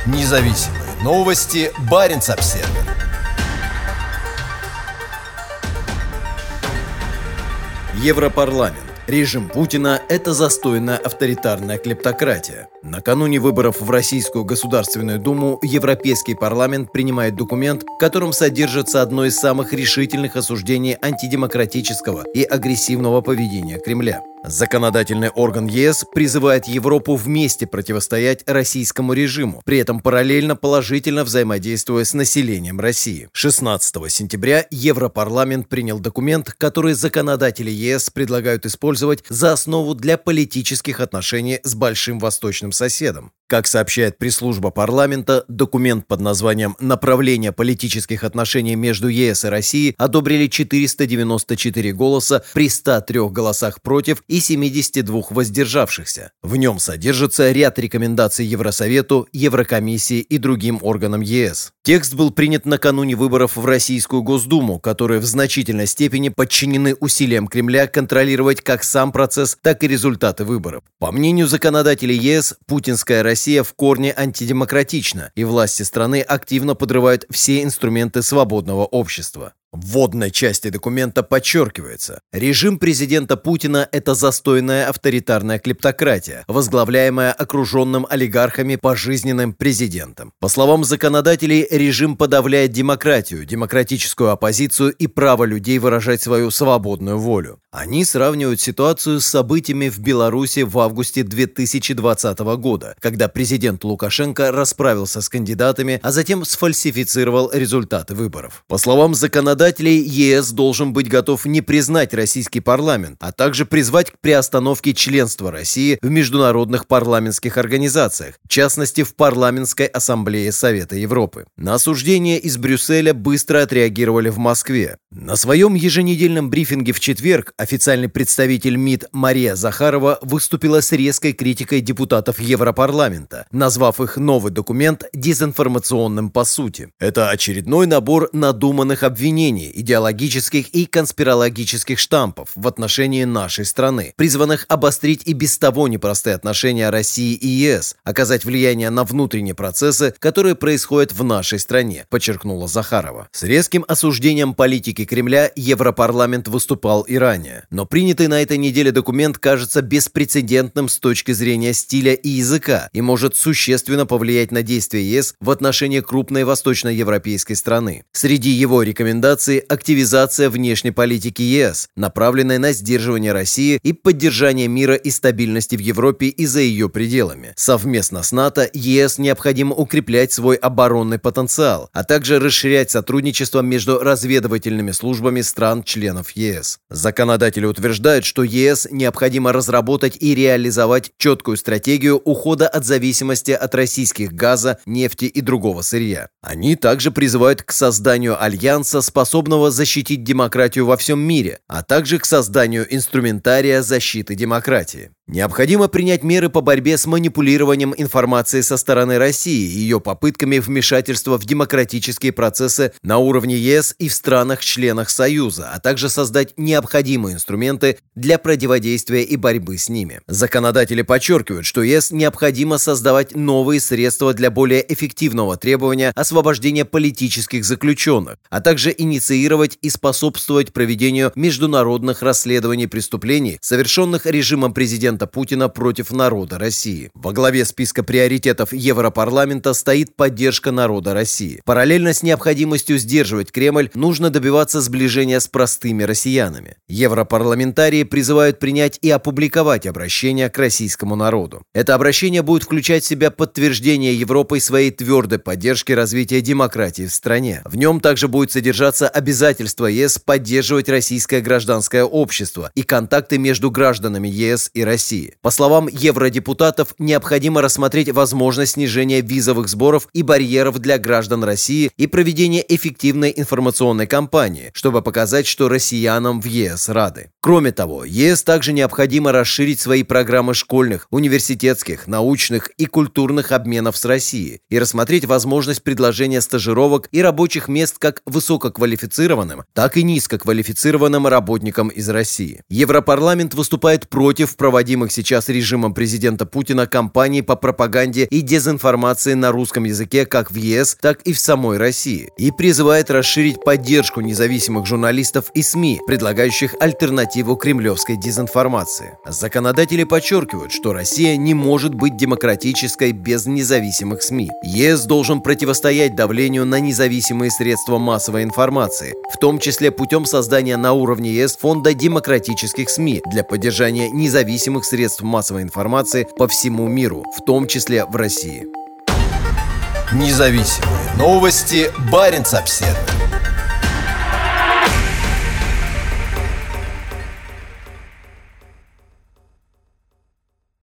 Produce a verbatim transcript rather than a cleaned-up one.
Независимые новости. Баренц-Обсервер. Европарламент. Режим Путина – это застойная авторитарная клептократия. Накануне выборов в Российскую Государственную Думу Европейский парламент принимает документ, в котором содержится одно из самых решительных осуждений антидемократического и агрессивного поведения Кремля. Законодательный орган ЕС призывает Европу вместе противостоять российскому режиму, при этом параллельно положительно взаимодействуя с населением России. шестнадцатого сентября Европарламент принял документ, который законодатели ЕС предлагают использовать за основу для политических отношений с большим восточным соседом. Как сообщает пресс-служба парламента, документ под названием «Направление политических отношений между ЕС и Россией» одобрили четыреста девяносто четыре голоса при ста трёх голосах против и семидесяти двух воздержавшихся. В нем содержится ряд рекомендаций Евросовету, Еврокомиссии и другим органам ЕС. Текст был принят накануне выборов в Российскую Госдуму, которые в значительной степени подчинены усилиям Кремля контролировать как сам процесс, так и результаты выборов. По мнению законодателей ЕС, путинская Россия Россия в корне антидемократична, и власти страны активно подрывают все инструменты свободного общества. В вводной части документа подчеркивается, режим президента Путина – это застойная авторитарная клептократия, возглавляемая окруженным олигархами пожизненным президентом. По словам законодателей, режим подавляет демократию, демократическую оппозицию и право людей выражать свою свободную волю. Они сравнивают ситуацию с событиями в Беларуси в августе две тысячи двадцатого года, когда президент Лукашенко расправился с кандидатами, а затем сфальсифицировал результаты выборов. По словам законодателей, ЕС должен быть готов не признать российский парламент, а также призвать к приостановке членства России в международных парламентских организациях, в частности в Парламентской ассамблее Совета Европы. На осуждение из Брюсселя быстро отреагировали в Москве. На своем еженедельном брифинге в четверг официальный представитель МИД Мария Захарова выступила с резкой критикой депутатов Европарламента, назвав их новый документ дезинформационным по сути. Это очередной набор надуманных обвинений, идеологических и конспирологических штампов в отношении нашей страны, призванных обострить и без того непростые отношения России и ЕС, оказать влияние на внутренние процессы, которые происходят в нашей стране, подчеркнула Захарова. С резким осуждением политики Кремля Европарламент выступал и ранее, но принятый на этой неделе документ кажется беспрецедентным с точки зрения стиля и языка и может существенно повлиять на действия ЕС в отношении крупной восточноевропейской страны. Среди его рекомендаций активизация внешней политики ЕС, направленной на сдерживание России и поддержание мира и стабильности в Европе и за ее пределами. Совместно с НАТО ЕС необходимо укреплять свой оборонный потенциал, а также расширять сотрудничество между разведывательными службами стран-членов ЕС. Законодатели утверждают, что ЕС необходимо разработать и реализовать четкую стратегию ухода от зависимости от российских газа, нефти и другого сырья. Они также призывают к созданию альянса, способного защитить демократию во всем мире, а также к созданию инструментария защиты демократии. Необходимо принять меры по борьбе с манипулированием информацией со стороны России и ее попытками вмешательства в демократические процессы на уровне ЕС и в странах-членах Союза, а также создать необходимые инструменты для противодействия и борьбы с ними. Законодатели подчеркивают, что ЕС необходимо создавать новые средства для более эффективного требования освобождения политических заключенных, а также инициировать и способствовать проведению международных расследований преступлений, совершенных режимом президента Путина против народа России. Во главе списка приоритетов Европарламента стоит поддержка народа России. Параллельно с необходимостью сдерживать Кремль, нужно добиваться сближения с простыми россиянами. Европарламентарии призывают принять и опубликовать обращение к российскому народу. Это обращение будет включать в себя подтверждение Европой своей твердой поддержки развития демократии в стране. В нем также будет содержаться обязательство ЕС поддерживать российское гражданское общество и контакты между гражданами ЕС и России. По словам евродепутатов, необходимо рассмотреть возможность снижения визовых сборов и барьеров для граждан России и проведения эффективной информационной кампании, чтобы показать, что россиянам в ЕС рады. Кроме того, ЕС также необходимо расширить свои программы школьных, университетских, научных и культурных обменов с Россией и рассмотреть возможность предложения стажировок и рабочих мест как высококвалифицированным, так и низкоквалифицированным работникам из России. Европарламент выступает против проводимых руководимых сейчас режимом президента Путина кампаний по пропаганде и дезинформации на русском языке как в ЕС, так и в самой России, и призывает расширить поддержку независимых журналистов и СМИ, предлагающих альтернативу кремлевской дезинформации. Законодатели подчеркивают, что Россия не может быть демократической без независимых СМИ. ЕС должен противостоять давлению на независимые средства массовой информации, в том числе путем создания на уровне ЕС фонда демократических СМИ для поддержания независимых средств массовой информации по всему миру, в том числе в России. Независимые новости. Баренц-Обседный.